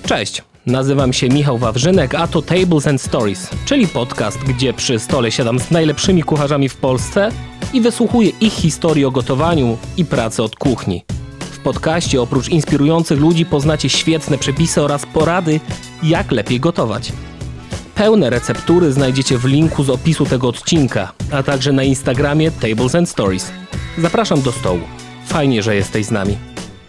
Cześć, nazywam się Michał Wawrzynek, a to Tables and Stories, czyli podcast, gdzie przy stole siadam z najlepszymi kucharzami w Polsce i wysłuchuję ich historii o gotowaniu i pracy od kuchni. W podcaście oprócz inspirujących ludzi poznacie świetne przepisy oraz porady, jak lepiej gotować. Pełne receptury znajdziecie w linku z opisu tego odcinka, a także na Instagramie Tables and Stories. Zapraszam do stołu. Fajnie, że jesteś z nami.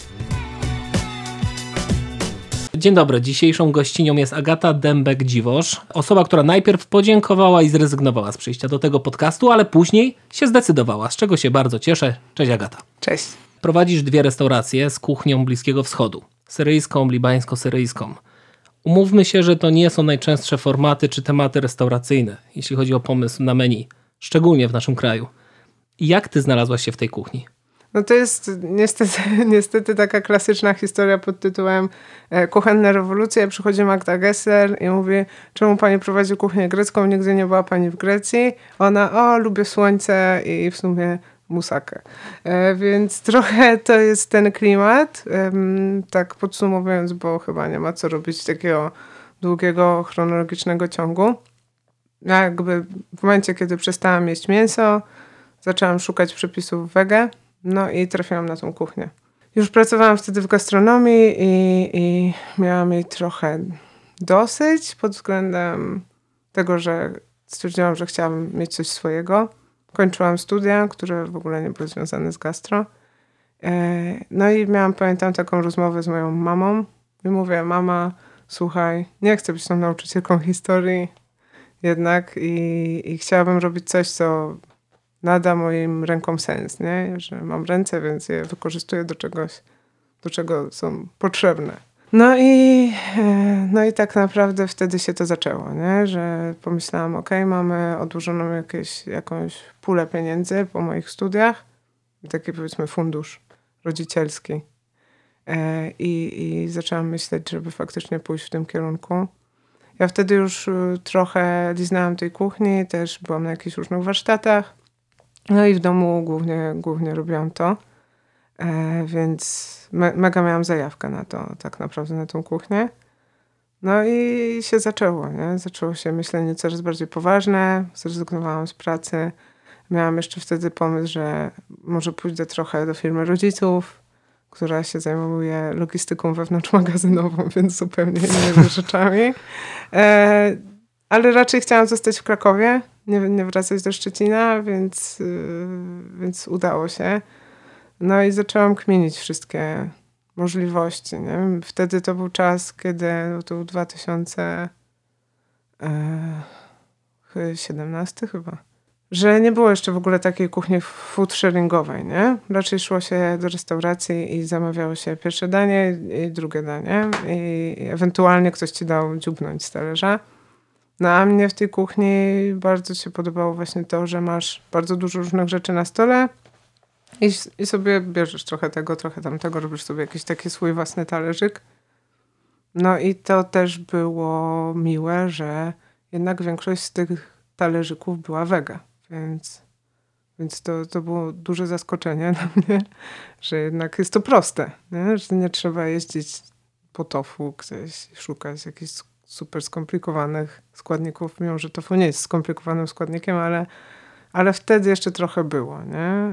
Dzień dobry, dzisiejszą gościnią jest Agata Dębek-Dziwosz, osoba, która najpierw podziękowała i zrezygnowała z przyjścia do tego podcastu, ale później się zdecydowała, z czego się bardzo cieszę. Cześć Agata. Cześć. Prowadzisz 2 restauracje z kuchnią Bliskiego Wschodu, syryjską, libańsko-syryjską. Umówmy się, że to nie są najczęstsze formaty czy tematy restauracyjne, jeśli chodzi o pomysł na menu, szczególnie w naszym kraju. Jak ty znalazłaś się w tej kuchni? No to jest niestety taka klasyczna historia pod tytułem Kuchenne rewolucje. Przychodzi Magda Gessler i mówi, czemu pani prowadzi kuchnię grecką, nigdy nie była pani w Grecji. Ona, lubię słońce i w sumie musakę. Więc trochę to jest ten klimat. Tak podsumowując, bo chyba nie ma co robić takiego długiego, chronologicznego ciągu. Ja jakby w momencie, kiedy przestałam jeść mięso, zaczęłam szukać przepisów wege. No i trafiłam na tą kuchnię. Już pracowałam wtedy w gastronomii i miałam jej trochę dosyć pod względem tego, że stwierdziłam, że chciałam mieć coś swojego. Kończyłam studia, które w ogóle nie były związane z gastro. No i pamiętam taką rozmowę z moją mamą. I mówię, mama, słuchaj, nie chcę być tą nauczycielką historii jednak i chciałabym robić coś, co nada moim rękom sens, nie? Że mam ręce, więc je wykorzystuję do czegoś, do czego są potrzebne. No i tak naprawdę wtedy się to zaczęło, nie? Że pomyślałam, mamy odłożoną jakąś pulę pieniędzy po moich studiach, taki powiedzmy fundusz rodzicielski. I zaczęłam myśleć, żeby faktycznie pójść w tym kierunku. Ja wtedy już trochę liznałam tej kuchni, też byłam na jakichś różnych warsztatach. No i w domu głównie robiłam to, więc mega miałam zajawkę na to, tak naprawdę na tą kuchnię. No i się zaczęło, nie? Zaczęło się myślenie coraz bardziej poważne, zrezygnowałam z pracy. Miałam jeszcze wtedy pomysł, że może pójdę trochę do firmy rodziców, która się zajmuje logistyką wewnątrzmagazynową, więc zupełnie innymi rzeczami. Ale raczej chciałam zostać w Krakowie, nie wracać do Szczecina, więc udało się. No i zaczęłam kminić wszystkie możliwości. Nie? Wtedy to był czas, kiedy to był 2017 chyba. Że nie było jeszcze w ogóle takiej kuchni food sharingowej, nie? Raczej szło się do restauracji i zamawiało się pierwsze danie i drugie danie. I ewentualnie ktoś ci dał dziubnąć z talerza. No a mnie w tej kuchni bardzo się podobało właśnie to, że masz bardzo dużo różnych rzeczy na stole i sobie bierzesz trochę tego, trochę tamtego, robisz sobie jakiś taki swój własny talerzyk. No i to też było miłe, że jednak większość z tych talerzyków była wega, więc to było duże zaskoczenie dla mnie, że jednak jest to proste, nie? Że nie trzeba jeździć po tofu gdzieś, szukać jakichś super skomplikowanych składników, mimo że tofu nie jest skomplikowanym składnikiem, ale wtedy jeszcze trochę było, nie?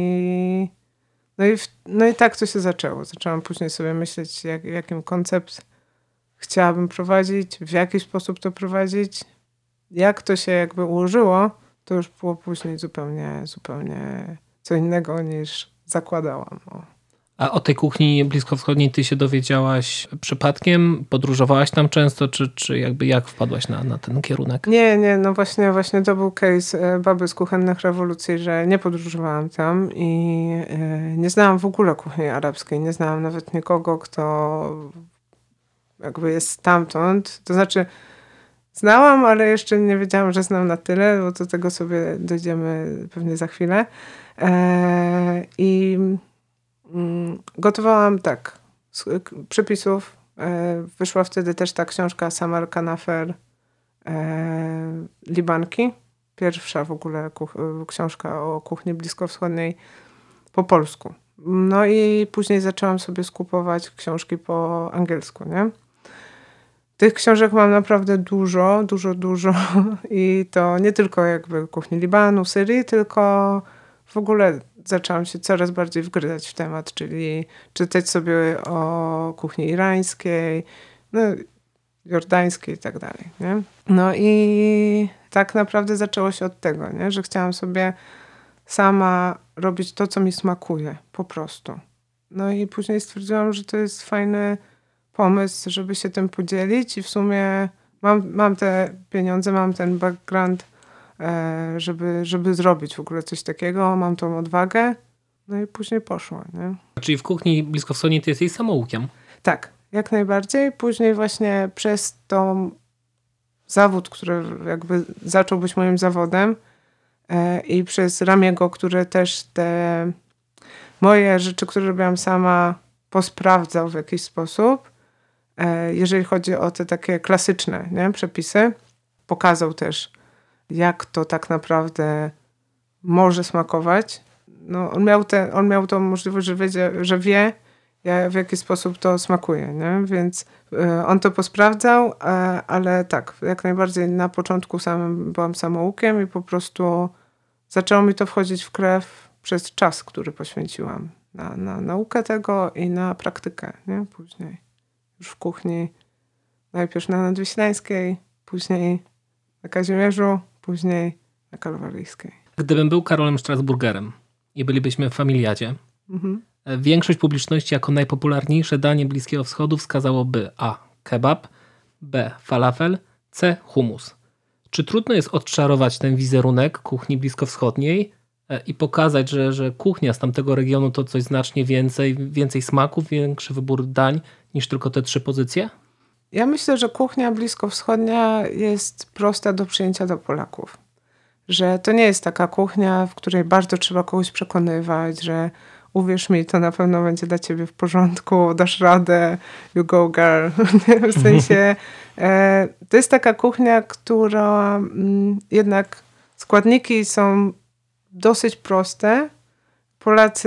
No i tak to się zaczęło. Zaczęłam później sobie myśleć, jakim koncept chciałabym prowadzić, w jaki sposób to prowadzić. Jak to się jakby ułożyło, to już było później zupełnie co innego niż zakładałam. A o tej kuchni bliskowschodniej ty się dowiedziałaś przypadkiem? Podróżowałaś tam często, czy jakby jak wpadłaś na ten kierunek? Nie, no właśnie to był case baby z kuchennych rewolucji, że nie podróżowałam tam i nie znałam w ogóle kuchni arabskiej. Nie znałam nawet nikogo, kto jakby jest stamtąd. To znaczy znałam, ale jeszcze nie wiedziałam, że znam na tyle, bo do tego sobie dojdziemy pewnie za chwilę. Gotowałam tak, z przepisów. Wyszła wtedy też ta książka Samar Kanafer Libanki. Pierwsza w ogóle książka o kuchni bliskowschodniej po polsku. No i później zaczęłam sobie skupować książki po angielsku, nie? Tych książek mam naprawdę dużo i to nie tylko jakby kuchni Libanu, Syrii, tylko w ogóle zaczęłam się coraz bardziej wgryzać w temat, czyli czytać sobie o kuchni irańskiej, no, jordańskiej i tak dalej, nie? No i tak naprawdę zaczęło się od tego, nie? Że chciałam sobie sama robić to, co mi smakuje, po prostu. No i później stwierdziłam, że to jest fajny pomysł, żeby się tym podzielić i w sumie mam te pieniądze, mam ten background, żeby zrobić w ogóle coś takiego, mam tą odwagę, no i później poszło, nie? Czyli w kuchni bliskowschodniej ty jesteś samoukiem? Tak, jak najbardziej. Później właśnie przez to zawód, który jakby zaczął być moim zawodem i przez Ramiego, który też te moje rzeczy, które robiłam sama, posprawdzał w jakiś sposób. Jeżeli chodzi o te takie klasyczne, nie, przepisy, pokazał też, jak to tak naprawdę może smakować. No, on miał tą możliwość, że wie, w jaki sposób to smakuje, nie? Więc on to posprawdzał, ale tak, jak najbardziej na początku byłam samoukiem i po prostu zaczęło mi to wchodzić w krew przez czas, który poświęciłam na naukę tego i na praktykę, nie? Później już w kuchni, najpierw na Nadwiślańskiej, później na Kazimierzu, później na Kalwaryjskiej. Gdybym był Karolem Strasburgerem i bylibyśmy w familiadzie, większość publiczności jako najpopularniejsze danie Bliskiego Wschodu wskazałoby A. kebab, B. falafel, C. hummus. Czy trudno jest odczarować ten wizerunek kuchni bliskowschodniej i pokazać, że kuchnia z tamtego regionu to coś znacznie więcej smaków, większy wybór dań niż tylko te 3 pozycje? Ja myślę, że kuchnia bliskowschodnia jest prosta do przyjęcia do Polaków. Że to nie jest taka kuchnia, w której bardzo trzeba kogoś przekonywać, że uwierz mi, to na pewno będzie dla ciebie w porządku, dasz radę, you go girl. W sensie to jest taka kuchnia, która jednak składniki są dosyć proste. Polacy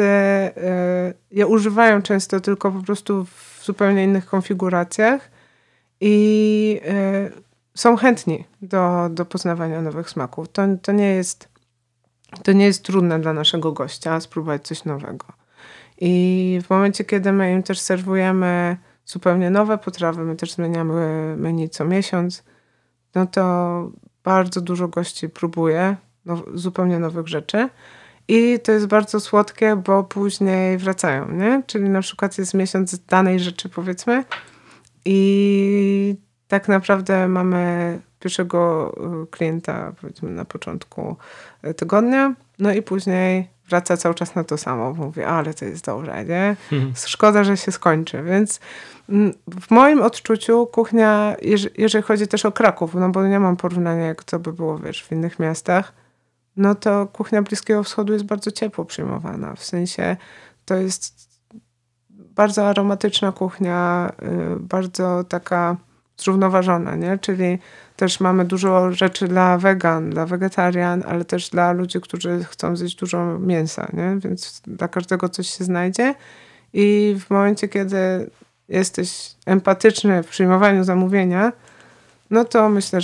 je używają często tylko po prostu w zupełnie innych konfiguracjach i są chętni do poznawania nowych smaków. To nie jest trudne dla naszego gościa spróbować coś nowego. I w momencie, kiedy my im też serwujemy zupełnie nowe potrawy, my też zmieniamy menu co miesiąc, no to bardzo dużo gości próbuje zupełnie nowych rzeczy. I to jest bardzo słodkie, bo później wracają, nie? Czyli na przykład jest miesiąc danej rzeczy, powiedzmy, i tak naprawdę mamy pierwszego klienta, powiedzmy, na początku tygodnia, no i później wraca cały czas na to samo. Mówi, ale to jest dobre, nie? Szkoda, że się skończy. Więc w moim odczuciu kuchnia, jeżeli chodzi też o Kraków, no bo nie mam porównania, jak to by było, wiesz, w innych miastach, no to kuchnia Bliskiego Wschodu jest bardzo ciepło przyjmowana. W sensie to jest bardzo aromatyczna kuchnia, bardzo taka zrównoważona, nie? Czyli też mamy dużo rzeczy dla wegan, dla wegetarian, ale też dla ludzi, którzy chcą zjeść dużo mięsa, nie? Więc dla każdego coś się znajdzie i w momencie, kiedy jesteś empatyczny w przyjmowaniu zamówienia, no to myślę,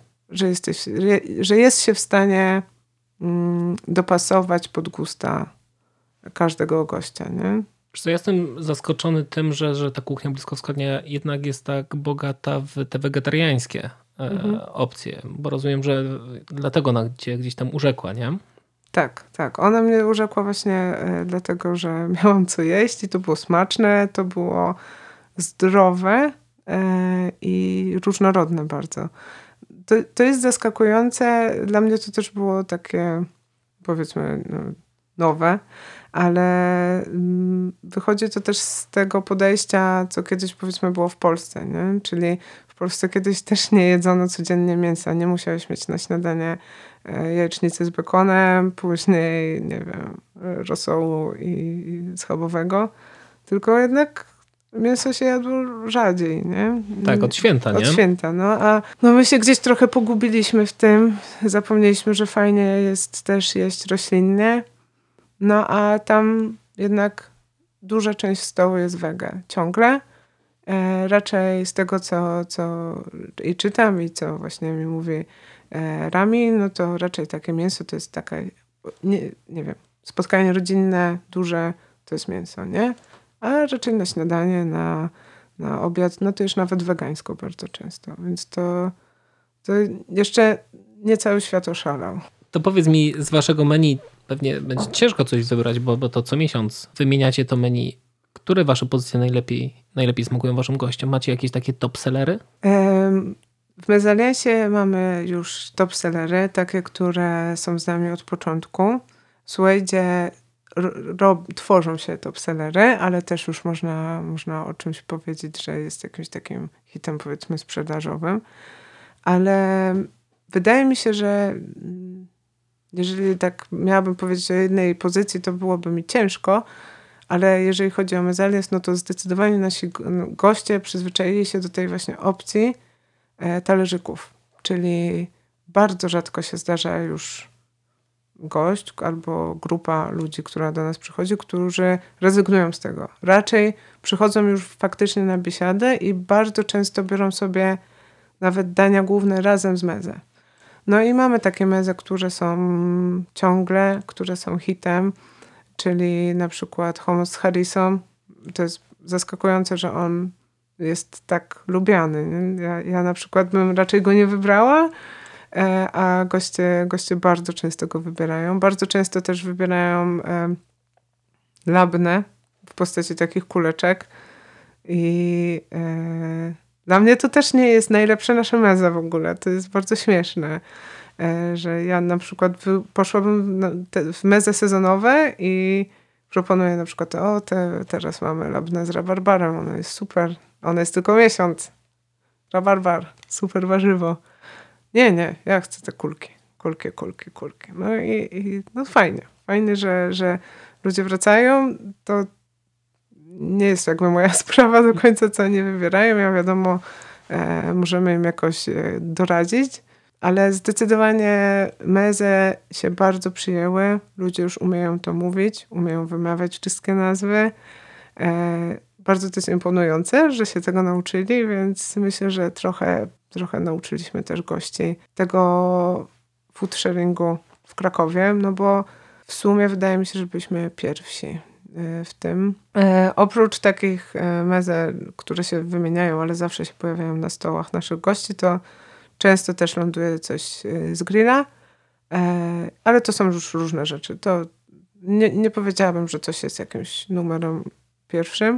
że jest się w stanie dopasować pod gusta każdego gościa, nie? Ja jestem zaskoczony tym, że ta kuchnia bliskowschodnia jednak jest tak bogata w te wegetariańskie opcje, bo rozumiem, że dlatego ona cię gdzieś tam urzekła, nie? Tak. Ona mnie urzekła właśnie dlatego, że miałam co jeść i to było smaczne, to było zdrowe i różnorodne bardzo. To jest zaskakujące. Dla mnie to też było takie, powiedzmy, nowe, ale wychodzi to też z tego podejścia, co kiedyś, powiedzmy, było w Polsce, nie? Czyli w Polsce kiedyś też nie jedzono codziennie mięsa. Nie musiałeś mieć na śniadanie jajecznicy z bekonem, później, nie wiem, rosołu i schabowego, tylko jednak mięso się jadło rzadziej, nie? Tak, od święta, nie? Od święta, no. A my się gdzieś trochę pogubiliśmy w tym. Zapomnieliśmy, że fajnie jest też jeść roślinnie. No a tam jednak duża część stołu jest wege ciągle. Raczej z tego, co i czytam i co właśnie mi mówi Rami, no to raczej takie mięso to jest takie, nie wiem, spotkanie rodzinne, duże, to jest mięso, nie? A raczej na śniadanie, na obiad, no to już nawet wegańsko bardzo często. Więc to jeszcze nie cały świat oszalał. To powiedz mi, z waszego menu pewnie będzie ciężko coś wybrać, bo to co miesiąc wymieniacie to menu. Które wasze pozycje najlepiej smakują waszym gościom? Macie jakieś takie top sellery? W Mezaliansie mamy już top sellery, takie, które są z nami od początku. W Suedzie tworzą się top sellery, ale też już można o czymś powiedzieć, że jest jakimś takim hitem, powiedzmy, sprzedażowym. Ale wydaje mi się, że jeżeli tak miałabym powiedzieć o jednej pozycji, to byłoby mi ciężko, ale jeżeli chodzi o Mezalians, no to zdecydowanie nasi goście przyzwyczaili się do tej właśnie opcji talerzyków. Czyli bardzo rzadko się zdarza już gość albo grupa ludzi, która do nas przychodzi, którzy rezygnują z tego. Raczej przychodzą już faktycznie na biesiadę i bardzo często biorą sobie nawet dania główne razem z mezę. No i mamy takie mezy, które są ciągle, które są hitem, czyli na przykład hummus z harissą. To jest zaskakujące, że on jest tak lubiany. Ja na przykład bym raczej go nie wybrała, a goście bardzo często go wybierają. Bardzo często też wybierają labne w postaci takich kuleczek. I dla mnie to też nie jest najlepsza nasza meza w ogóle. To jest bardzo śmieszne, że ja na przykład poszłabym w mezy sezonowe i proponuję na przykład, teraz mamy labne z rabarbarem, ono jest super. Ono jest tylko miesiąc. Rabarbar, super warzywo. Nie, ja chcę te kulki. No i no fajnie. Fajnie, że ludzie wracają. To nie jest jakby moja sprawa do końca, co oni wybierają. Ja wiadomo, możemy im jakoś doradzić, ale zdecydowanie meze się bardzo przyjęły. Ludzie już umieją to mówić, umieją wymawiać wszystkie nazwy. Bardzo to jest imponujące, że się tego nauczyli, więc myślę, że trochę nauczyliśmy też gości tego food sharingu w Krakowie, no bo w sumie wydaje mi się, że byliśmy pierwsi w tym. Oprócz takich meze, które się wymieniają, ale zawsze się pojawiają na stołach naszych gości, to często też ląduje coś z grilla, ale to są już różne rzeczy. To nie powiedziałabym, że coś jest jakimś numerem pierwszym.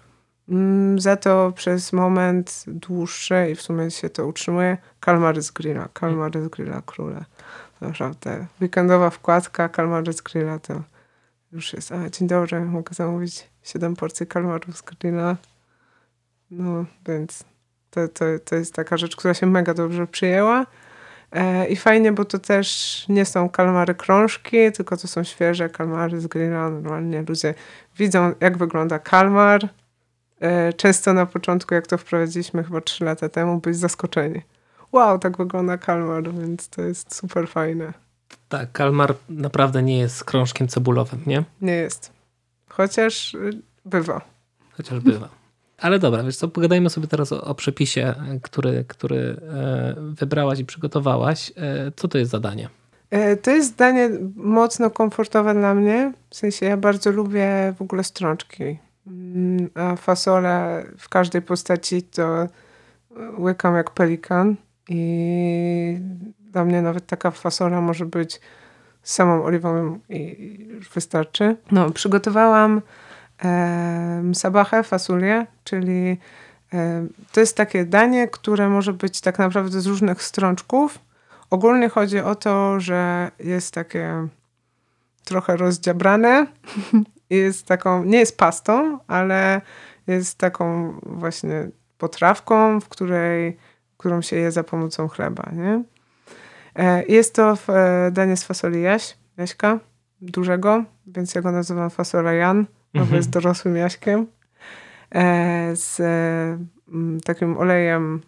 Za to przez moment dłuższy i w sumie się to utrzymuje, kalmary z grilla króle. Naprawdę. Weekendowa wkładka kalmary z grilla to już jest, dzień dobry, mogę zamówić 7 porcji kalmarów z grilla. No, więc to jest taka rzecz, która się mega dobrze przyjęła. I fajnie, bo to też nie są kalmary krążki, tylko to są świeże kalmary z grilla. Normalnie ludzie widzą, jak wygląda kalmar. Często na początku, jak to wprowadziliśmy chyba 3 lata temu, byli zaskoczeni. Wow, tak wygląda kalmar, więc to jest super fajne. Tak, kalmar naprawdę nie jest krążkiem cebulowym, nie? Nie jest. Chociaż bywa. Ale dobra, wiesz co, pogadajmy sobie teraz o przepisie, który wybrałaś i przygotowałaś. Co to jest za danie? To jest danie mocno komfortowe dla mnie. W sensie ja bardzo lubię w ogóle strączki. A fasolę w każdej postaci to łykam jak pelikan. I dla mnie nawet taka fasola może być z samą oliwą i już wystarczy. No, przygotowałam sabachę, fasulię, czyli to jest takie danie, które może być tak naprawdę z różnych strączków. Ogólnie chodzi o to, że jest takie trochę rozdziabrane. Jest taką, nie jest pastą, ale jest taką właśnie potrawką, którą się je za pomocą chleba, nie? Jest to danie z fasoli jaśka, dużego, więc ja go nazywam fasola Jan, bo jest dorosłym jaśkiem, z takim olejem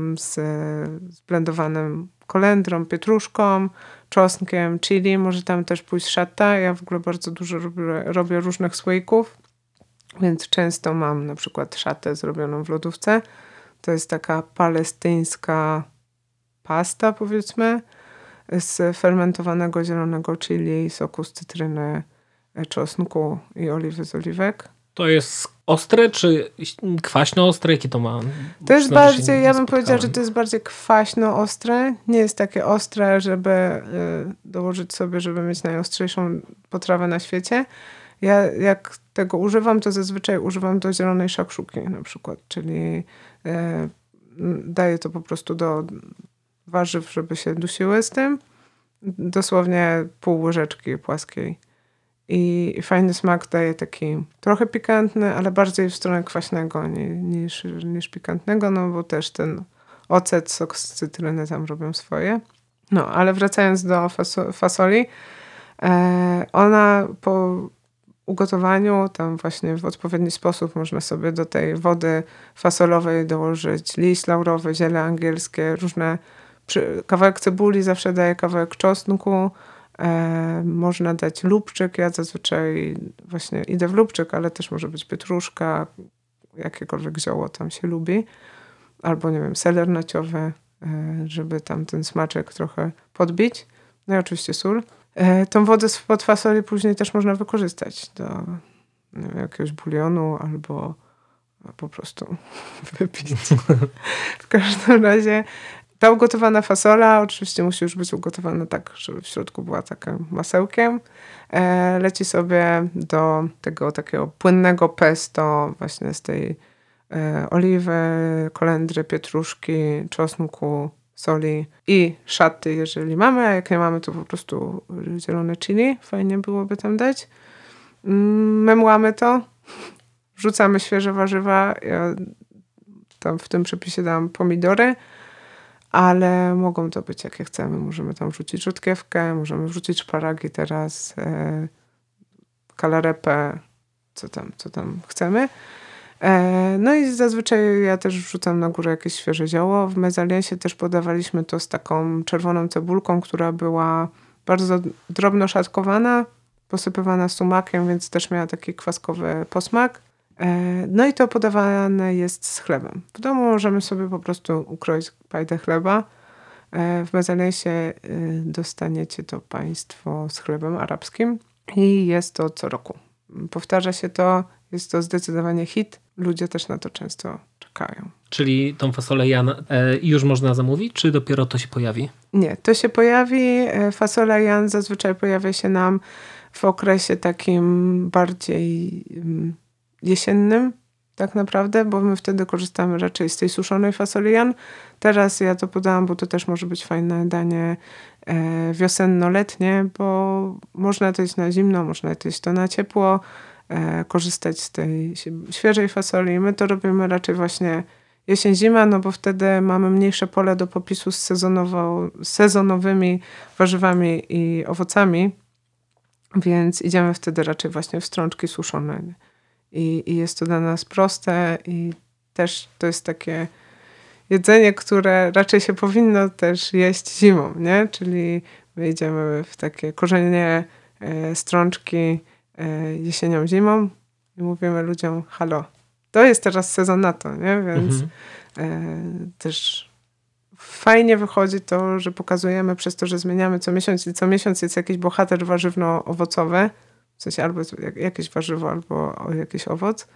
zblendowanym kolendrą, pietruszką, czosnkiem, chili, może tam też pójść szata. Ja w ogóle bardzo dużo robię różnych słoików. Więc często mam na przykład szatę zrobioną w lodówce. To jest taka palestyńska pasta, powiedzmy, z fermentowanego zielonego chili, soku z cytryny, czosnku i oliwy z oliwek. To jest ostre, czy kwaśno ostre? Jakie to ma? To jest Przyznam, że się bardziej, nie ja bym spotkałem. powiedziała, że to jest bardziej kwaśno-ostre. Nie jest takie ostre, żeby dołożyć sobie, żeby mieć najostrzejszą potrawę na świecie. Ja jak tego używam, to zazwyczaj używam do zielonej szakszuki na przykład, czyli daję to po prostu do warzyw, żeby się dusiły z tym. Dosłownie pół łyżeczki płaskiej. I fajny smak daje taki trochę pikantny, ale bardziej w stronę kwaśnego niż pikantnego, no bo też ten ocet, sok z cytryny tam robią swoje. No, ale wracając do fasoli, ona po ugotowaniu, tam właśnie w odpowiedni sposób można sobie do tej wody fasolowej dołożyć liść laurowy, ziele angielskie, różne, kawałek cebuli zawsze daję, kawałek czosnku, można dać lubczyk, ja zazwyczaj właśnie idę w lubczyk, ale też może być pietruszka, jakiekolwiek zioło tam się lubi, albo nie wiem, seler naciowy, żeby tam ten smaczek trochę podbić, no i oczywiście sól. Tą wodę spod fasoli później też można wykorzystać do nie wiem, jakiegoś bulionu albo po prostu wypić. W każdym razie ta ugotowana fasola oczywiście musi już być ugotowana tak, żeby w środku była takim masełkiem. Leci sobie do tego takiego płynnego pesto właśnie z tej oliwy, kolendry, pietruszki, czosnku, soli i szaty, jeżeli mamy, a jak nie mamy, to po prostu zielone chili. Fajnie byłoby tam dać. Memłamy to, wrzucamy świeże warzywa. Ja tam w tym przepisie dam pomidory, ale mogą to być jakie chcemy. Możemy tam wrzucić rzodkiewkę, możemy wrzucić szparagi teraz, kalarepę, co tam chcemy. No i zazwyczaj ja też wrzucam na górę jakieś świeże zioło. W mezaliensie też podawaliśmy to z taką czerwoną cebulką, która była bardzo drobno szatkowana, posypywana sumakiem, więc też miała taki kwaskowy posmak. No i to podawane jest z chlebem. W domu możemy sobie po prostu ukroić pajdę chleba. W mezaliensie dostaniecie to państwo z chlebem arabskim i jest to co roku. Powtarza się to, jest to zdecydowanie hit. Ludzie też na to często czekają. Czyli tą fasolę Jan już można zamówić, czy dopiero to się pojawi? Nie, to się pojawi. Fasola Jan zazwyczaj pojawia się nam w okresie takim bardziej jesiennym, tak naprawdę, bo my wtedy korzystamy raczej z tej suszonej fasoli Jan. Teraz ja to podałam, bo to też może być fajne danie wiosenno-letnie, bo można to jeść na zimno, można to jeść to na ciepło, korzystać z tej świeżej fasoli. My to robimy raczej właśnie jesień-zima, no bo wtedy mamy mniejsze pole do popisu z sezonowymi warzywami i owocami, więc idziemy wtedy raczej właśnie w strączki suszone. I jest to dla nas proste i też to jest takie jedzenie, które raczej się powinno też jeść zimą, nie? Czyli my idziemy w takie korzenie strączki jesienią, zimą i mówimy ludziom, halo, to jest teraz sezon na to, nie? Więc też fajnie wychodzi to, że pokazujemy przez to, że zmieniamy co miesiąc i co miesiąc jest jakiś bohater warzywno-owocowy, w sensie albo jakieś warzywo, albo jakiś owoc,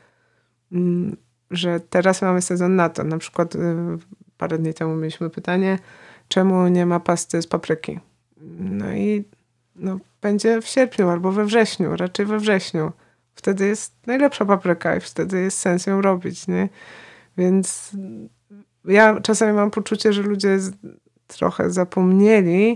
że teraz mamy sezon na to. Na przykład parę dni temu mieliśmy pytanie, czemu nie ma pasty z papryki? No i będzie w sierpniu albo we wrześniu, raczej we wrześniu. Wtedy jest najlepsza papryka i wtedy jest sens ją robić, nie? Więc ja czasami mam poczucie, że ludzie trochę zapomnieli,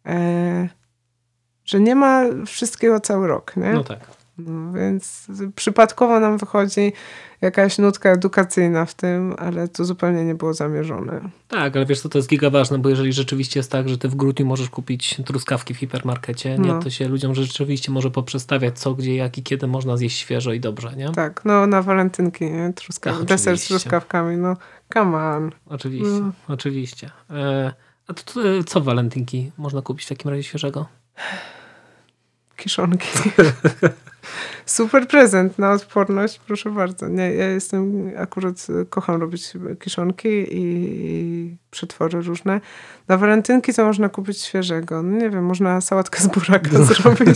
że nie ma wszystkiego cały rok, nie? No tak. No, więc przypadkowo nam wychodzi jakaś nutka edukacyjna w tym, ale to zupełnie nie było zamierzone. Tak, ale wiesz co, to jest giga ważne, bo jeżeli rzeczywiście jest tak, że ty w grudniu możesz kupić truskawki w hipermarkecie, nie, to się ludziom rzeczywiście może poprzestawiać co, gdzie, jak i kiedy można zjeść świeżo i dobrze, nie? Tak, no na walentynki, nie? Deser z truskawkami, no come on. Oczywiście. A to co w walentynki można kupić w takim razie świeżego? kiszonki. Super prezent na odporność, proszę bardzo. Nie, ja kocham robić kiszonki i przetwory różne. Na walentynki to można kupić świeżego. No nie wiem, można sałatkę z buraka zrobić.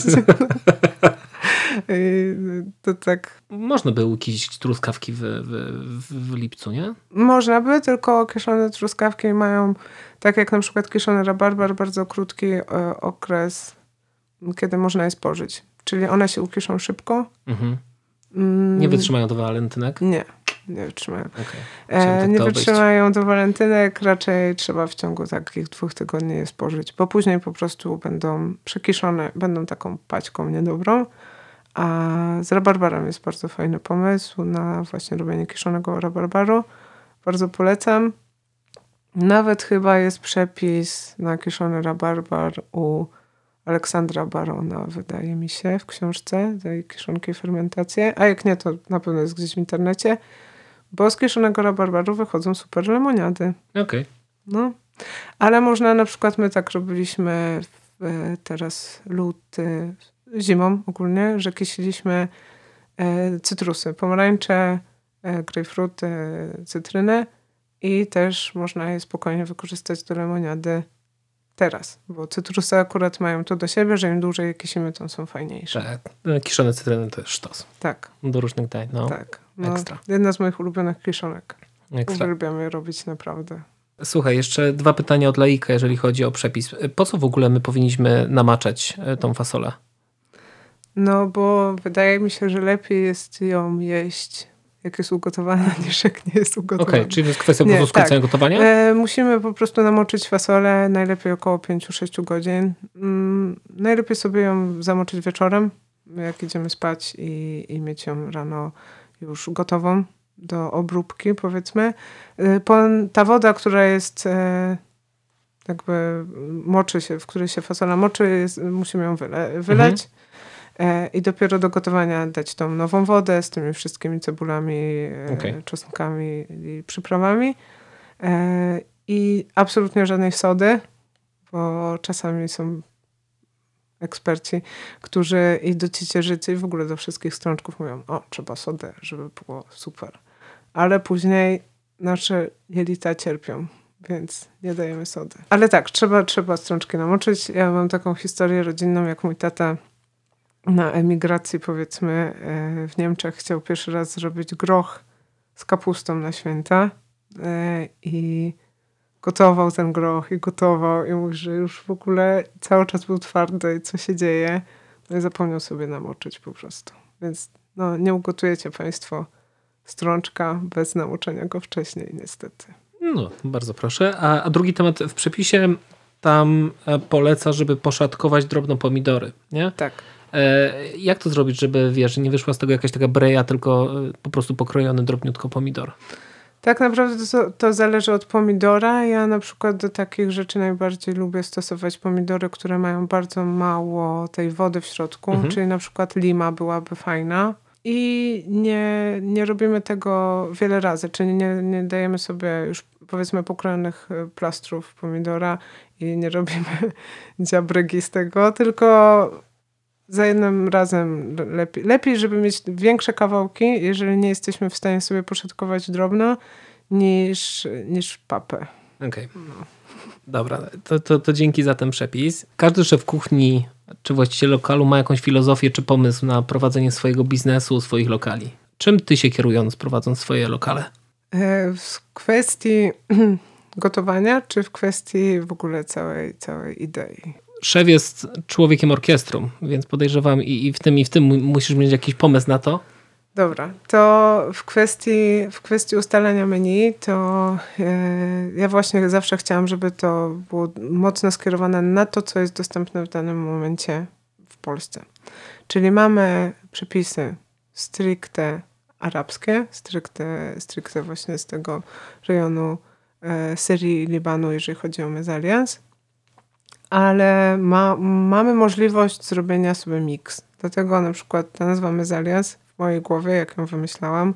To tak. Można by ukiść truskawki w lipcu, nie? Można by, tylko kiszone truskawki mają, tak jak na przykład kiszony rabarbar, bardzo krótki okres, kiedy można je spożyć. Czyli one się ukiszą szybko. Mhm. Nie wytrzymają do walentynek? Nie wytrzymają. Okay. Nie wytrzymają do walentynek, raczej trzeba w ciągu takich 2 tygodni je spożyć, bo później po prostu będą przekiszone, będą taką paćką niedobrą. A z rabarbarem jest bardzo fajny pomysł na właśnie robienie kiszonego rabarbaru. Bardzo polecam. Nawet chyba jest przepis na kiszony rabarbar u Aleksandra Barona, wydaje mi się, w książce tej kiszonki fermentacje. A jak nie, to na pewno jest gdzieś w internecie. Bo z kiszonego rabarbaru wychodzą super lemoniady. Okej. No. Ale można na przykład, my tak robiliśmy teraz luty, zimą ogólnie, że kisiliśmy cytrusy, pomarańcze, grejpfruty, cytrynę i też można je spokojnie wykorzystać do lemoniady teraz, bo cytrusy akurat mają to do siebie, że im dłużej je kisimy, to są fajniejsze. Tak. Kiszone cytryny to jest sztos. Tak. Do różnych dań. No. Tak. No, Ekstra. jedna z moich ulubionych kiszonek. Ekstra. Uwielbiam je robić naprawdę. Słuchaj, jeszcze 2 pytania od laika, jeżeli chodzi o przepis. Po co w ogóle my powinniśmy namaczać tą fasolę? No, bo wydaje mi się, że lepiej jest ją jeść, jak jest ugotowana, niż jak nie jest ugotowana. Okej, czyli to jest kwestia po prostu skrócenia gotowania? Musimy po prostu namoczyć fasolę, najlepiej około 5-6 godzin. Najlepiej sobie ją zamoczyć wieczorem, jak idziemy spać i mieć ją rano już gotową do obróbki, powiedzmy. Ta woda, która jest jakby moczy się, w której się fasola moczy, musimy ją wylać. I dopiero do gotowania dać tą nową wodę z tymi wszystkimi cebulami, czosnkami i przyprawami. I absolutnie żadnej sody, bo czasami są eksperci, którzy i do ciecierzycy i w ogóle do wszystkich strączków mówią, trzeba sodę, żeby było super. Ale później nasze jelita cierpią, więc nie dajemy sody. Ale tak, trzeba strączki namoczyć. Ja mam taką historię rodzinną, jak mój tata na emigracji, powiedzmy, w Niemczech chciał pierwszy raz zrobić groch z kapustą na święta i gotował ten groch i mówi, że już w ogóle cały czas był twardy i co się dzieje. No i zapomniał sobie namoczyć po prostu. Więc nie ugotujecie państwo strączka bez namoczenia go wcześniej, niestety. No, bardzo proszę. A drugi temat w przepisie tam poleca, żeby poszatkować drobno pomidory, nie? Tak. Jak to zrobić, żeby, wiesz, nie wyszła z tego jakaś taka breja, tylko po prostu pokrojony drobniutko pomidor? Tak naprawdę to zależy od pomidora. Ja na przykład do takich rzeczy najbardziej lubię stosować pomidory, które mają bardzo mało tej wody w środku, czyli na przykład lima byłaby fajna. I nie robimy tego wiele razy, czyli nie dajemy sobie już powiedzmy pokrojonych plastrów pomidora i nie robimy dziabrygi z tego, tylko za jednym razem lepiej, żeby mieć większe kawałki, jeżeli nie jesteśmy w stanie sobie poszatkować drobno, niż papę. Okej. Dobra, to dzięki za ten przepis. Każdy szef kuchni czy właściciel lokalu ma jakąś filozofię czy pomysł na prowadzenie swojego biznesu, swoich lokali. Czym ty się kierując, prowadząc swoje lokale? W kwestii gotowania, czy w kwestii w ogóle całej idei? Szef jest człowiekiem orkiestrą, więc podejrzewam i w tym musisz mieć jakiś pomysł na to. Dobra, to w kwestii ustalania menu, to ja właśnie zawsze chciałam, żeby to było mocno skierowane na to, co jest dostępne w danym momencie w Polsce. Czyli mamy przepisy stricte arabskie, stricte właśnie z tego rejonu Syrii i Libanu, jeżeli chodzi o mezalians, ale mamy możliwość zrobienia sobie mix. Dlatego na przykład ta nazwa mezalians w mojej głowie, jak ją wymyślałam,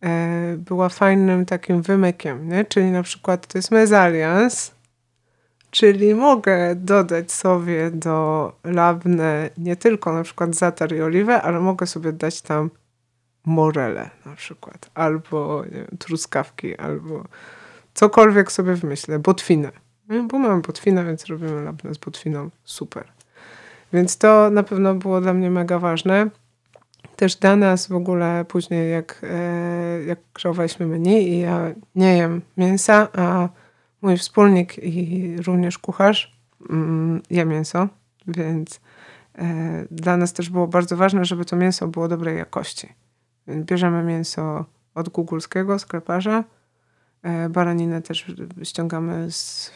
była fajnym takim wymykiem, nie? Czyli na przykład to jest mezalians, Czyli mogę dodać sobie do labne nie tylko na przykład zatar i oliwę, ale mogę sobie dać tam morele na przykład, albo nie wiem, truskawki, albo cokolwiek sobie wymyślę, botwinę. Bo mamy botwinę, więc robimy labne z botwiną. Super. Więc to na pewno było dla mnie mega ważne. Też dla nas w ogóle później jak kreowaliśmy menu i ja nie jem mięsa, a mój wspólnik i również kucharz je mięso, więc dla nas też było bardzo ważne, żeby to mięso było dobrej jakości. Więc bierzemy mięso od gugulskiego skleparza, baraninę też ściągamy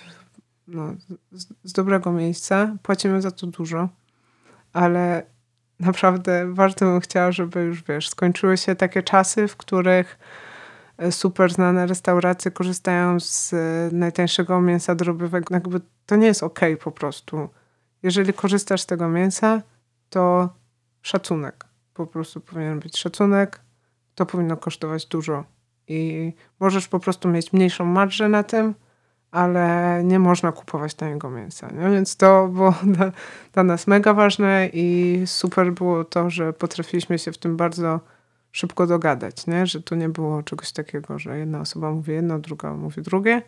z dobrego miejsca. Płacimy za to dużo, ale naprawdę bardzo bym chciała, żeby już skończyły się takie czasy, w których super znane restauracje korzystają z najtańszego mięsa drobiowego. Jakby to nie jest okej po prostu. Jeżeli korzystasz z tego mięsa, to szacunek. Po prostu powinien być szacunek. To powinno kosztować dużo. I możesz po prostu mieć mniejszą marżę na tym, ale nie można kupować taniego mięsa. Nie? Więc to było dla nas mega ważne i super było to, że potrafiliśmy się w tym bardzo szybko dogadać, nie? Że tu nie było czegoś takiego, że jedna osoba mówi jedno, druga mówi drugie.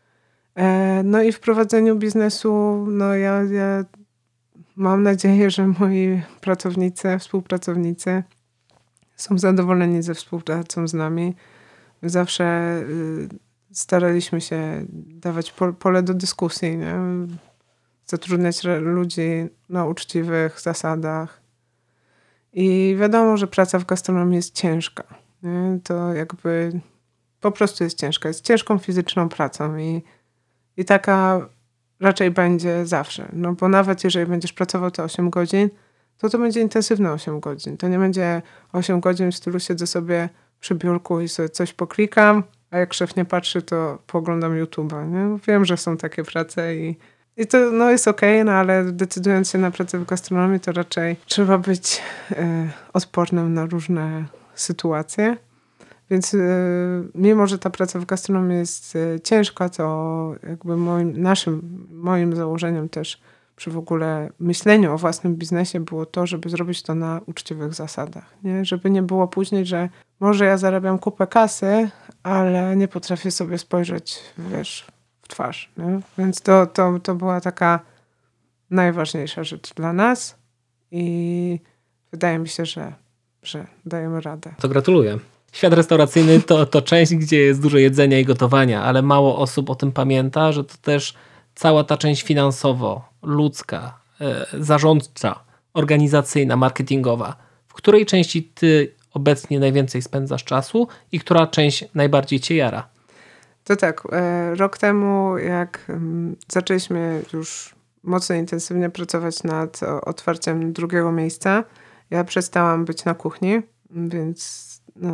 No i w prowadzeniu biznesu, no ja mam nadzieję, że moi współpracownicy są zadowoleni ze współpracą z nami. Zawsze staraliśmy się dawać pole do dyskusji, nie? Zatrudniać ludzi na uczciwych zasadach. I wiadomo, że praca w gastronomii jest ciężka. Nie? To jakby po prostu jest ciężka. Jest ciężką fizyczną pracą i taka raczej będzie zawsze. No bo nawet jeżeli będziesz pracował te 8 godzin, to będzie intensywne 8 godzin. To nie będzie 8 godzin w stylu siedzę sobie przy biurku i sobie coś poklikam, a jak szef nie patrzy, to pooglądam YouTube'a. Nie? Wiem, że są takie prace i to jest okej, no ale decydując się na pracę w gastronomii, to raczej trzeba być odpornym na różne sytuacje. Więc mimo, że ta praca w gastronomii jest ciężka, to jakby moim założeniem też przy w ogóle myśleniu o własnym biznesie było to, żeby zrobić to na uczciwych zasadach. Nie? Żeby nie było później, że może ja zarabiam kupę kasy, ale nie potrafię sobie spojrzeć, w twarz. Nie? Więc to była taka najważniejsza rzecz dla nas i wydaje mi się, że dajemy radę. To gratuluję. Świat restauracyjny to część, gdzie jest dużo jedzenia i gotowania, ale mało osób o tym pamięta, że to też cała ta część finansowo-ludzka, zarządcza, organizacyjna, marketingowa. W której części ty obecnie najwięcej spędzasz czasu i która część najbardziej cię jara? To tak, rok temu jak zaczęliśmy już mocno intensywnie pracować nad otwarciem drugiego miejsca, ja przestałam być na kuchni, więc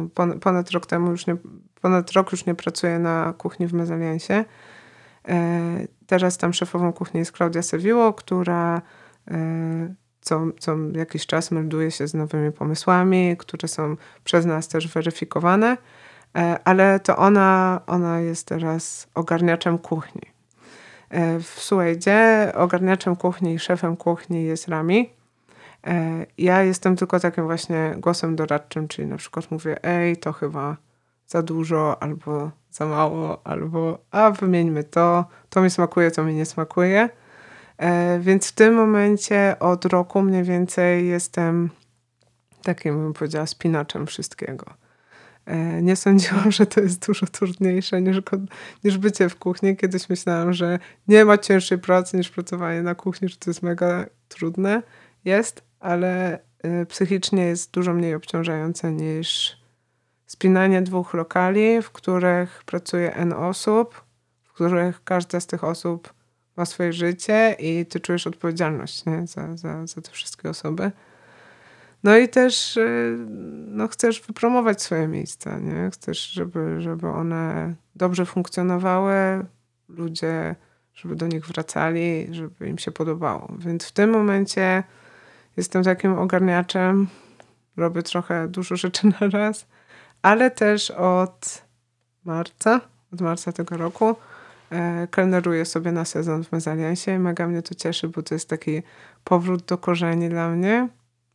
ponad rok już nie pracuję na kuchni w Mezaliansie. Teraz tam szefową kuchni jest Klaudia Sewiło, która co jakiś czas melduje się z nowymi pomysłami, które są przez nas też weryfikowane, ale to ona jest teraz ogarniaczem kuchni. W Suedzie ogarniaczem kuchni i szefem kuchni jest Rami. Ja jestem tylko takim właśnie głosem doradczym, czyli na przykład mówię, to chyba za dużo, albo za mało, albo wymieńmy to mi smakuje, to mi nie smakuje. Więc w tym momencie od roku mniej więcej jestem takim, bym powiedziała, spinaczem wszystkiego. Nie sądziłam, że to jest dużo trudniejsze niż bycie w kuchni. Kiedyś myślałam, że nie ma cięższej pracy niż pracowanie na kuchni, że to jest mega trudne. Jest, ale psychicznie jest dużo mniej obciążające niż spinanie 2 lokali, w których pracuje N osób, w których każda z tych osób ma swoje życie i ty czujesz odpowiedzialność, nie? Za te wszystkie osoby. No i też chcesz wypromować swoje miejsca, nie? Chcesz, żeby one dobrze funkcjonowały, ludzie, żeby do nich wracali, żeby im się podobało. Więc w tym momencie jestem takim ogarniaczem, robię trochę dużo rzeczy na raz, ale też od marca tego roku kelneruję sobie na sezon w Mezaliansie i mega mnie to cieszy, bo to jest taki powrót do korzeni dla mnie.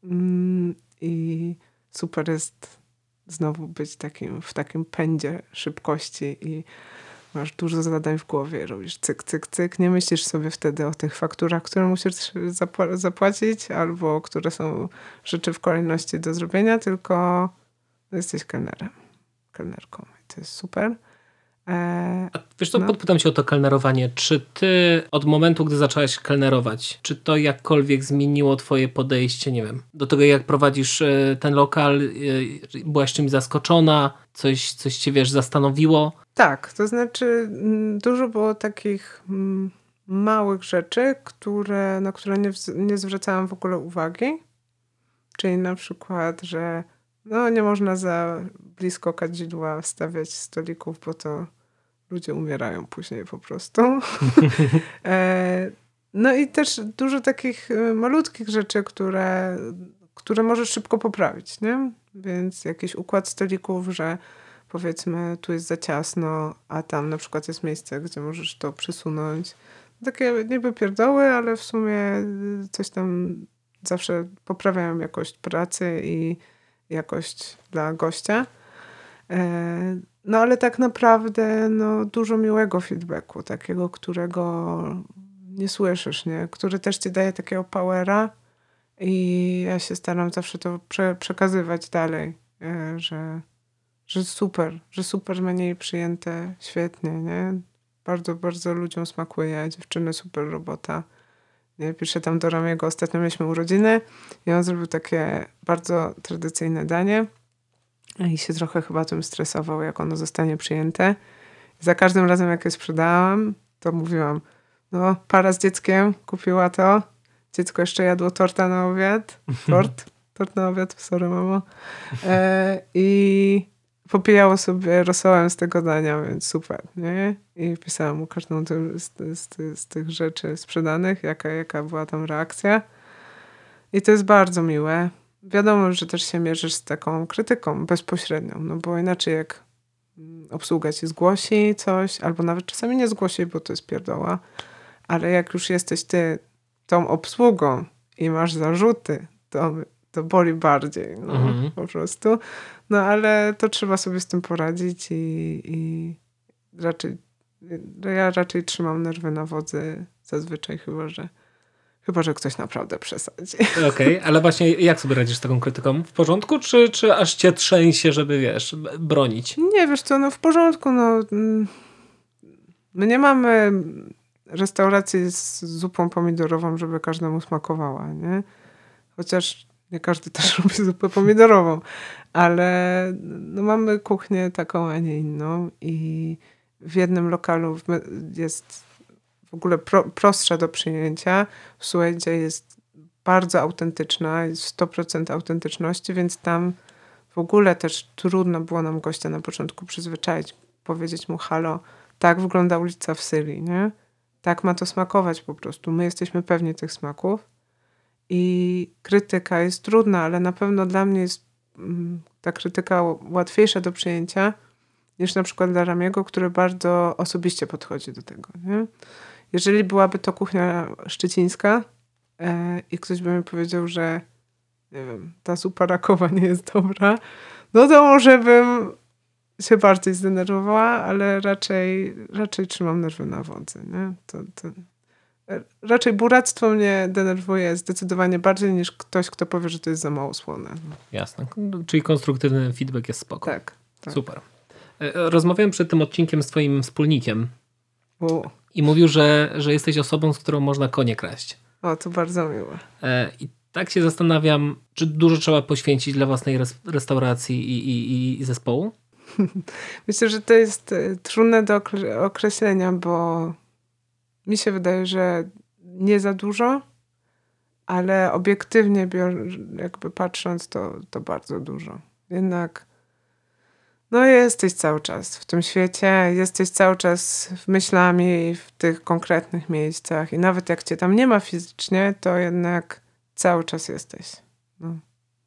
I super jest znowu być w takim pędzie szybkości i masz dużo zadań w głowie, robisz cyk, cyk, cyk. Nie myślisz sobie wtedy o tych fakturach, które musisz zapłacić albo które są rzeczy w kolejności do zrobienia, tylko jesteś kelnerką. I to jest super. A wiesz co, podpytam się o to kelnerowanie. Czy ty od momentu, gdy zaczęłaś kelnerować, czy to jakkolwiek zmieniło twoje podejście, nie wiem, do tego jak prowadzisz ten lokal? Byłaś czymś zaskoczona? Coś cię, wiesz, zastanowiło? Tak, to znaczy dużo było takich małych rzeczy, na które nie zwracałam w ogóle uwagi. Czyli na przykład, że nie można za blisko kadzidła stawiać stolików, bo to ludzie umierają później po prostu. No i też dużo takich malutkich rzeczy, które możesz szybko poprawić, nie? Więc jakiś układ stolików, że powiedzmy tu jest za ciasno, a tam na przykład jest miejsce, gdzie możesz to przesunąć. Takie niby pierdoły, ale w sumie coś tam zawsze poprawiają jakość pracy i jakość dla gościa. No ale tak naprawdę dużo miłego feedbacku, takiego, którego nie słyszysz, nie? Który też ci daje takiego powera i ja się staram zawsze to przekazywać dalej, że super mnie przyjęte, świetnie, nie? Bardzo, bardzo ludziom smakuje, dziewczyny, super robota. Nie? Piszę tam do Ramiego, ostatnio mieliśmy urodziny i on zrobił takie bardzo tradycyjne danie i się trochę chyba tym stresował, jak ono zostanie przyjęte. Za każdym razem, jak je sprzedałam, to mówiłam, para z dzieckiem kupiła to, dziecko jeszcze jadło torta na obiad, tort na obiad, sorry mamo, i popijało sobie rosołem z tego dania, więc super, nie? I pisałam mu każdą z tych rzeczy sprzedanych, jaka była tam reakcja. I to jest bardzo miłe. Wiadomo, że też się mierzysz z taką krytyką bezpośrednią, bo inaczej jak obsługa ci zgłosi coś, albo nawet czasami nie zgłosi, bo to jest pierdoła, ale jak już jesteś ty tą obsługą i masz zarzuty, to boli bardziej, po prostu. Ale to trzeba sobie z tym poradzić i ja raczej trzymam nerwy na wodzy zazwyczaj, chyba, że ktoś naprawdę przesadzi. Okej, ale właśnie jak sobie radzisz z taką krytyką? W porządku, czy aż cię trzęsie, żeby, wiesz, bronić? Nie, wiesz co, w porządku, my nie mamy restauracji z zupą pomidorową, żeby każdemu smakowała, nie? Chociaż nie każdy też lubi zupę pomidorową, ale mamy kuchnię taką, a nie inną i w jednym lokalu jest w ogóle prostsza do przyjęcia. W Suedzie jest bardzo autentyczna, jest 100% autentyczności, więc tam w ogóle też trudno było nam gościa na początku przyzwyczaić, powiedzieć mu halo, tak wygląda ulica w Syrii, nie? Tak ma to smakować po prostu. My jesteśmy pewni tych smaków i krytyka jest trudna, ale na pewno dla mnie jest ta krytyka łatwiejsza do przyjęcia niż na przykład dla Ramiego, który bardzo osobiście podchodzi do tego, nie? Jeżeli byłaby to kuchnia szczecińska i ktoś by mi powiedział, że nie wiem, ta zupa rakowa nie jest dobra, to może bym się bardziej zdenerwowała, ale raczej trzymam nerwy na wodzy, nie? Raczej buractwo mnie denerwuje zdecydowanie bardziej niż ktoś, kto powie, że to jest za mało słone. Jasne. Czyli konstruktywny feedback jest spoko. Tak. Super. Rozmawiałem przed tym odcinkiem z twoim wspólnikiem i mówił, że jesteś osobą, z którą można konie kraść. O, to bardzo miłe. I tak się zastanawiam, czy dużo trzeba poświęcić dla własnej restauracji i zespołu? Myślę, że to jest trudne do określenia, bo mi się wydaje, że nie za dużo, ale obiektywnie jakby patrząc, to bardzo dużo. Jednak jesteś cały czas w tym świecie, jesteś cały czas w myślami w tych konkretnych miejscach i nawet jak cię tam nie ma fizycznie, to jednak cały czas jesteś.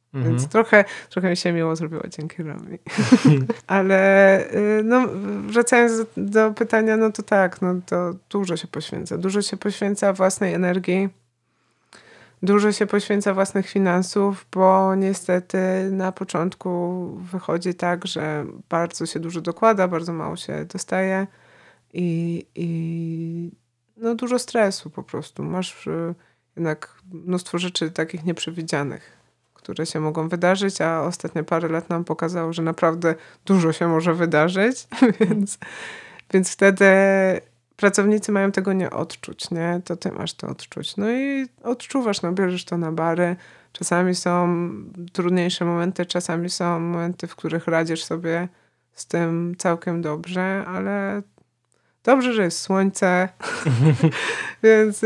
Więc trochę mi się miło zrobiło dzięki Romi. Ale no, wracając do pytania, no to tak, no to dużo się poświęca. Dużo się poświęca własnej energii. Dużo się poświęca własnych finansów, bo niestety na początku wychodzi tak, że bardzo się dużo dokłada, bardzo mało się dostaje i no dużo stresu po prostu. Masz jednak mnóstwo rzeczy takich nieprzewidzianych, które się mogą wydarzyć, a ostatnie parę lat nam pokazało, że naprawdę dużo się może wydarzyć, więc wtedy pracownicy mają tego nie odczuć, nie? To ty masz to odczuć. No i odczuwasz, no bierzesz to na bary. Czasami są trudniejsze momenty, czasami są momenty, w których radzisz sobie z tym całkiem dobrze, ale dobrze, że jest słońce, więc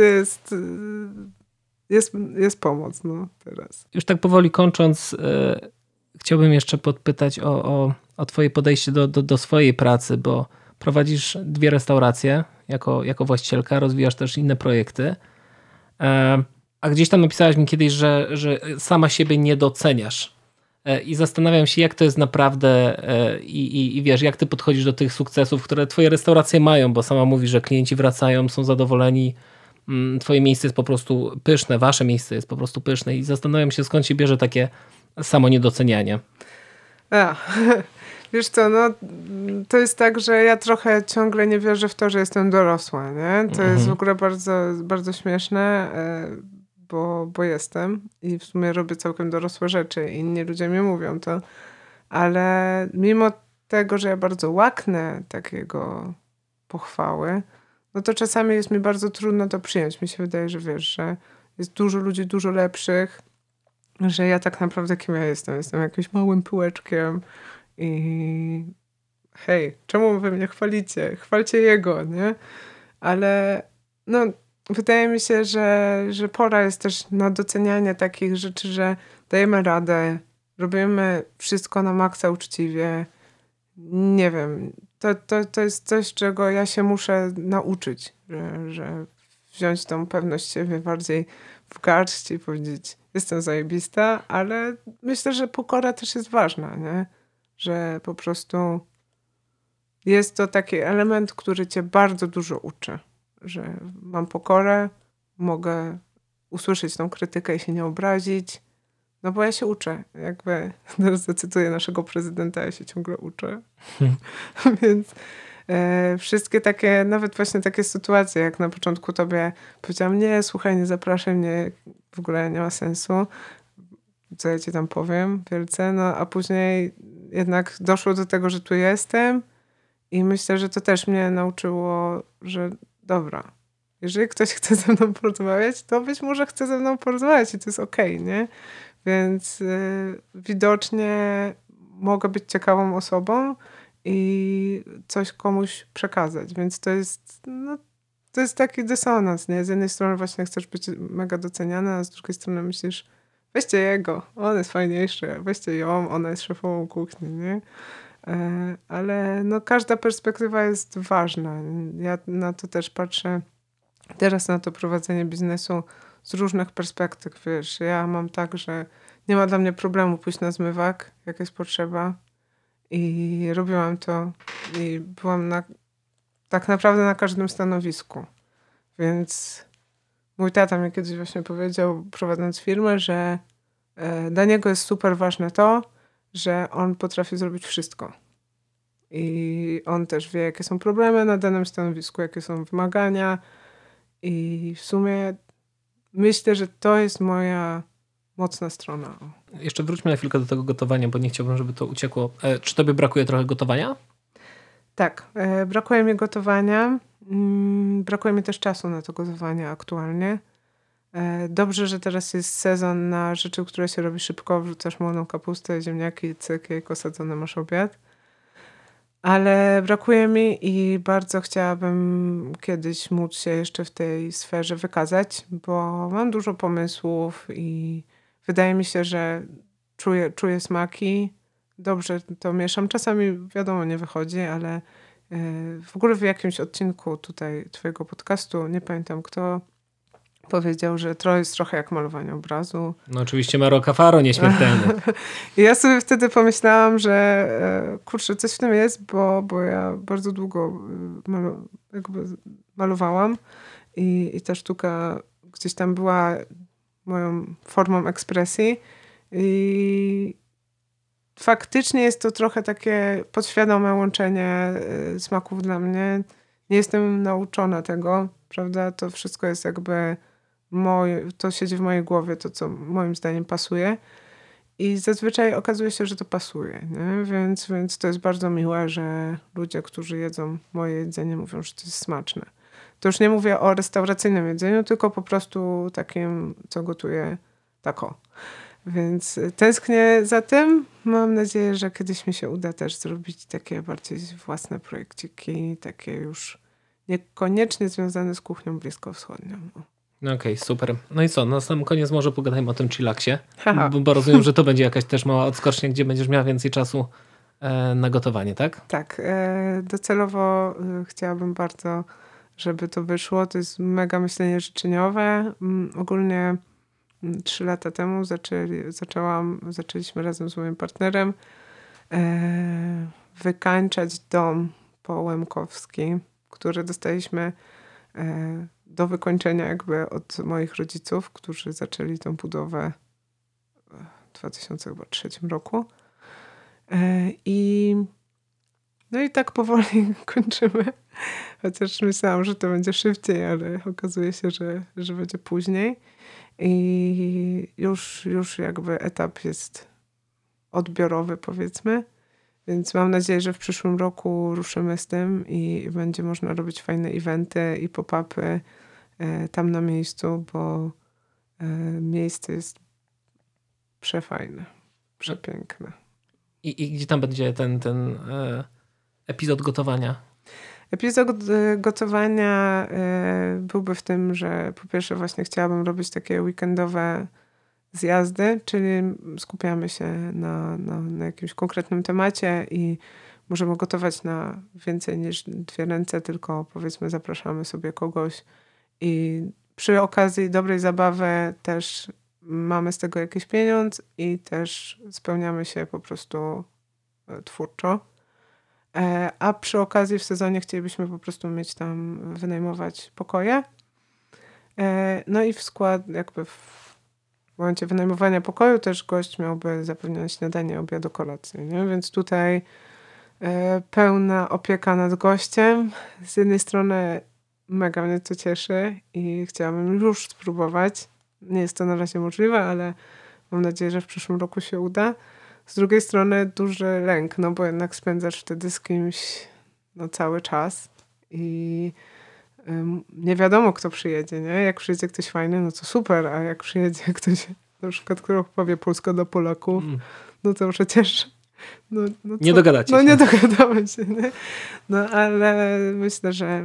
jest pomoc, no teraz. Już tak powoli kończąc, chciałbym jeszcze podpytać o twoje podejście do swojej pracy, bo prowadzisz 2 restauracje jako właścicielka, rozwijasz też inne projekty, a gdzieś tam napisałaś mi kiedyś, że sama siebie nie doceniasz. I zastanawiam się, jak to jest naprawdę i wiesz, jak ty podchodzisz do tych sukcesów, które twoje restauracje mają, bo sama mówisz, że klienci wracają, są zadowoleni, twoje miejsce jest po prostu pyszne, wasze miejsce jest po prostu pyszne i zastanawiam się, skąd się bierze takie samo niedocenianie. Wiesz co, no to jest tak, że ja trochę ciągle nie wierzę w to, że jestem dorosła, nie? To jest w ogóle bardzo, bardzo śmieszne, bo jestem i w sumie robię całkiem dorosłe rzeczy. Inni ludzie mi mówią to, ale mimo tego, że ja bardzo łaknę takiego pochwały, no to czasami jest mi bardzo trudno to przyjąć. Mi się wydaje, że wiesz, że jest dużo ludzi, dużo lepszych, że ja tak naprawdę kim ja jestem? Jestem jakimś małym pyłeczkiem i hej, czemu wy mnie chwalicie? Chwalcie jego, nie? Ale no, wydaje mi się, że pora jest też na docenianie takich rzeczy, że dajemy radę, robimy wszystko na maksa uczciwie. Nie wiem, to jest coś, czego ja się muszę nauczyć, że wziąć tą pewność siebie bardziej w garść i powiedzieć, jestem zajebista, ale myślę, że pokora też jest ważna, nie? Że po prostu jest to taki element, który cię bardzo dużo uczy. Że mam pokorę, mogę usłyszeć tą krytykę i się nie obrazić. No bo ja się uczę. Jakby, teraz zacytuję naszego prezydenta, ja się ciągle uczę. Więc wszystkie takie, nawet właśnie takie sytuacje, jak na początku tobie powiedziałam, nie, słuchaj, nie zapraszaj mnie, w ogóle nie ma sensu. Co ja ci tam powiem wielce, no a później jednak doszło do tego, że tu jestem i myślę, że to też mnie nauczyło, że dobra, jeżeli ktoś chce ze mną porozmawiać, to być może chce ze mną porozmawiać i to jest okej, nie? Więc widocznie mogę być ciekawą osobą i coś komuś przekazać, więc to jest taki dysonans, nie? Z jednej strony właśnie chcesz być mega doceniana, a z drugiej strony myślisz, weźcie jego, on jest fajniejszy, weźcie ją, ona jest szefową kuchni, nie? Ale no każda perspektywa jest ważna. Ja na to też patrzę, teraz na to prowadzenie biznesu z różnych perspektyw, wiesz. Ja mam tak, że nie ma dla mnie problemu pójść na zmywak, jak jest potrzeba i robiłam to i byłam tak naprawdę na każdym stanowisku. Więc mój tata mi kiedyś właśnie powiedział, prowadząc firmę, że dla niego jest super ważne to, że on potrafi zrobić wszystko. I on też wie, jakie są problemy na danym stanowisku, jakie są wymagania. I w sumie myślę, że to jest moja mocna strona. Jeszcze wróćmy na chwilkę do tego gotowania, bo nie chciałbym, żeby to uciekło. Czy tobie brakuje trochę gotowania? Tak, brakuje mi gotowania. Brakuje mi też czasu na to gotowanie aktualnie. Dobrze, że teraz jest sezon na rzeczy, które się robi szybko. Wrzucasz młodą kapustę, ziemniaki, cyk, jajko sadzone, masz obiad. Ale brakuje mi i bardzo chciałabym kiedyś móc się jeszcze w tej sferze wykazać, bo mam dużo pomysłów i wydaje mi się, że czuję smaki. Dobrze to mieszam. Czasami wiadomo nie wychodzi, ale w ogóle w jakimś odcinku tutaj twojego podcastu, nie pamiętam kto, powiedział, że to jest trochę jak malowanie obrazu. No oczywiście Mauro Cafaro, nieśmiertelny. I ja sobie wtedy pomyślałam, że kurczę, coś w tym jest, bo ja bardzo długo jakby malowałam i ta sztuka gdzieś tam była moją formą ekspresji i faktycznie jest to trochę takie podświadome łączenie smaków dla mnie. Nie jestem nauczona tego, prawda? To wszystko jest jakby to siedzi w mojej głowie, to co moim zdaniem pasuje. I zazwyczaj okazuje się, że to pasuje, nie? Więc to jest bardzo miłe, że ludzie, którzy jedzą moje jedzenie, mówią, że to jest smaczne. To już nie mówię o restauracyjnym jedzeniu, tylko po prostu takim, co gotuję tako. Więc tęsknię za tym. Mam nadzieję, że kiedyś mi się uda też zrobić takie bardziej własne projekciki, takie już niekoniecznie związane z kuchnią bliskowschodnią. No okej, super. No i co, na sam koniec może pogadajmy o tym chillaksie, Haha. bo rozumiem, że to będzie jakaś też mała odskocznia, gdzie będziesz miała więcej czasu na gotowanie, tak? Tak, docelowo chciałabym bardzo, żeby to wyszło. To jest mega myślenie życzeniowe. Ogólnie 3 lata temu zaczęliśmy razem z moim partnerem wykańczać dom po Łemkowski, który dostaliśmy do wykończenia jakby od moich rodziców, którzy zaczęli tą budowę w 2003 roku. No i tak powoli kończymy. Chociaż myślałam, że to będzie szybciej, ale okazuje się, że będzie później. I już jakby etap jest odbiorowy, powiedzmy. Więc mam nadzieję, że w przyszłym roku ruszymy z tym i będzie można robić fajne eventy i pop-upy tam na miejscu, bo miejsce jest przefajne, przepiękne. I gdzie tam będzie ten epizod gotowania? Epizod gotowania byłby w tym, że po pierwsze właśnie chciałabym robić takie weekendowe zjazdy, czyli skupiamy się na jakimś konkretnym temacie i możemy gotować na więcej niż 2 ręce, tylko powiedzmy zapraszamy sobie kogoś i przy okazji dobrej zabawy też mamy z tego jakiś pieniądz i też spełniamy się po prostu twórczo. A przy okazji w sezonie chcielibyśmy po prostu mieć tam, wynajmować pokoje. No i w skład jakby w momencie wynajmowania pokoju też gość miałby zapewnione śniadanie, obiad, kolację, nie? Więc tutaj pełna opieka nad gościem. Z jednej strony mega mnie to cieszy i chciałabym już spróbować. Nie jest to na razie możliwe, ale mam nadzieję, że w przyszłym roku się uda. Z drugiej strony duży lęk, no bo jednak spędzasz wtedy z kimś cały czas i nie wiadomo, kto przyjedzie, nie? Jak przyjedzie ktoś fajny, no to super, a jak przyjedzie ktoś, na przykład, kto powie Polska do Polaków, no to przecież nie dogadacie się. No nie dogadamy się, nie? No ale myślę, że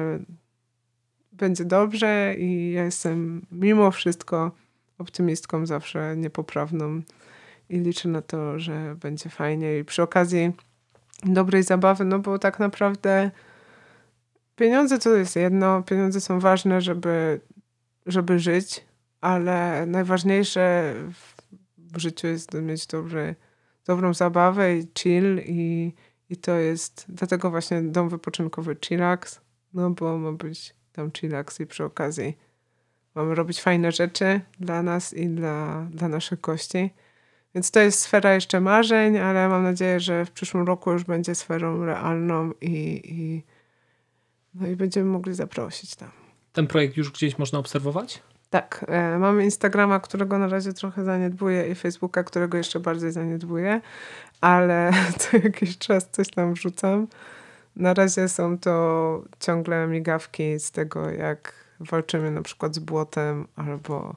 będzie dobrze i ja jestem mimo wszystko optymistką zawsze niepoprawną i liczę na to, że będzie fajnie i przy okazji dobrej zabawy, no bo tak naprawdę pieniądze to jest jedno, pieniądze są ważne, żeby żyć, ale najważniejsze w życiu jest mieć dobrą zabawę i chill i to jest, dlatego właśnie dom wypoczynkowy Chillax, no bo ma być tam chillax i przy okazji mamy robić fajne rzeczy dla nas i dla naszych gości. Więc to jest sfera jeszcze marzeń, ale mam nadzieję, że w przyszłym roku już będzie sferą realną i będziemy mogli zaprosić tam. Ten projekt już gdzieś można obserwować? Tak, mamy Instagrama, którego na razie trochę zaniedbuję i Facebooka, którego jeszcze bardziej zaniedbuję, ale co jakiś czas coś tam wrzucam. Na razie są to ciągle migawki z tego, jak walczymy na przykład z błotem albo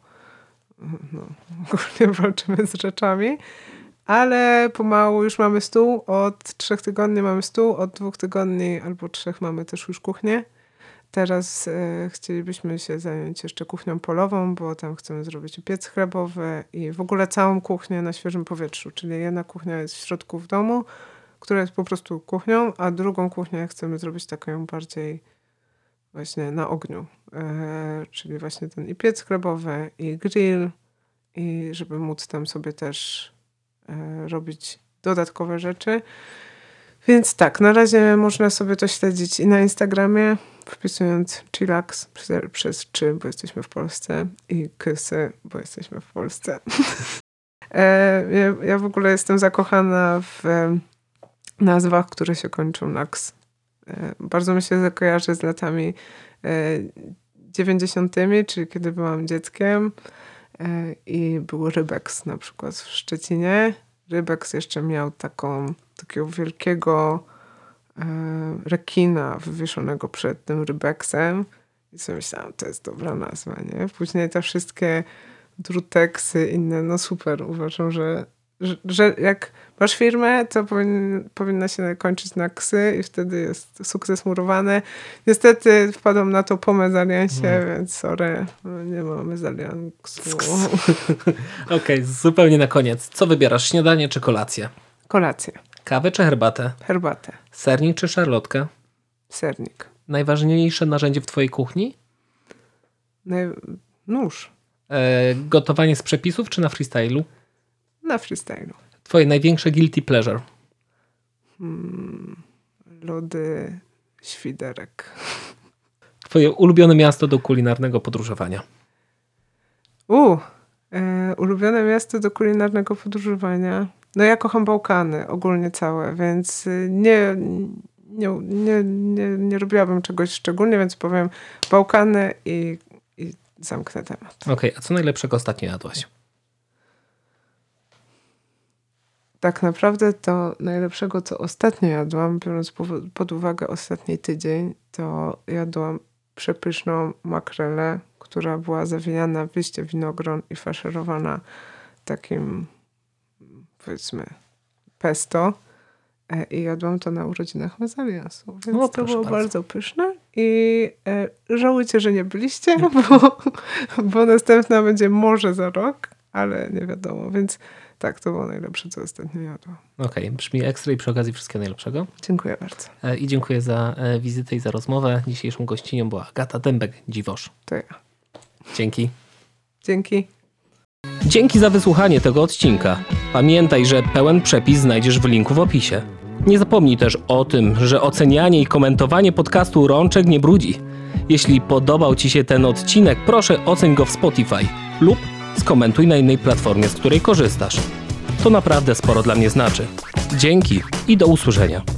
ogólnie walczymy z rzeczami, ale pomału już mamy stół, od 3 tygodni mamy stół, od 2 tygodni albo 3 mamy też już kuchnię. Teraz chcielibyśmy się zająć jeszcze kuchnią polową, bo tam chcemy zrobić piec chlebowy i w ogóle całą kuchnię na świeżym powietrzu, czyli jedna kuchnia jest w środku w domu, która jest po prostu kuchnią, a drugą kuchnię chcemy zrobić taką bardziej właśnie na ogniu. Czyli właśnie ten i piec chlebowy, i grill, i żeby móc tam sobie też robić dodatkowe rzeczy. Więc tak, na razie można sobie to śledzić i na Instagramie, wpisując chillax przez 3, bo jesteśmy w Polsce, i kysy, bo jesteśmy w Polsce. Ja w ogóle jestem zakochana w nazwach, które się kończą na ks. Bardzo mi się zakojarzy z latami 90., czyli kiedy byłam dzieckiem i był Rybex na przykład w Szczecinie. Rybex jeszcze miał takiego wielkiego rekina wywieszonego przed tym Rybexem i sobie myślałam, to jest dobra nazwa, nie? Później te wszystkie druteksy, inne, no super. Uważam, że jak masz firmę, to powinna się kończyć na ksy i wtedy jest sukces murowany. Niestety wpadłam na to po mezaliansie, więc sorry, nie ma mezaliansu. Okej, zupełnie na koniec. Co wybierasz, śniadanie czy kolację? Kolację. Kawę czy herbatę? Herbatę. Sernik czy szarlotkę? Sernik. Najważniejsze narzędzie w twojej kuchni? Nóż. Gotowanie z przepisów czy na freestylu? Na freestylu. Twoje największe guilty pleasure? Lody świderek. Twoje ulubione miasto do kulinarnego podróżowania? Ulubione miasto do kulinarnego podróżowania. No ja kocham Bałkany ogólnie całe, więc nie robiłabym czegoś szczególnie, więc powiem Bałkany i zamknę temat. Okej, a co najlepszego ostatnio jadłaś? Tak naprawdę to najlepszego, co ostatnio jadłam, biorąc pod uwagę ostatni tydzień, to jadłam przepyszną makrelę, która była zawijana w liście winogron i faszerowana takim, powiedzmy, pesto. I jadłam to na urodzinach mezaliansu. Więc to było bardzo pyszne. I żałujcie, że nie byliście, bo następna będzie może za rok, ale nie wiadomo. Więc tak, to było najlepsze, co ostatnio jadłam. Okej, brzmi ekstra i przy okazji wszystkiego najlepszego. Dziękuję bardzo. I dziękuję za wizytę i za rozmowę. Dzisiejszą gościnią była Agata Dębek-Dziwosz. To ja. Dzięki. Dzięki. Dzięki za wysłuchanie tego odcinka. Pamiętaj, że pełen przepis znajdziesz w linku w opisie. Nie zapomnij też o tym, że ocenianie i komentowanie podcastu Rączek nie brudzi. Jeśli podobał Ci się ten odcinek, proszę oceń go w Spotify lub skomentuj na innej platformie, z której korzystasz. To naprawdę sporo dla mnie znaczy. Dzięki i do usłyszenia.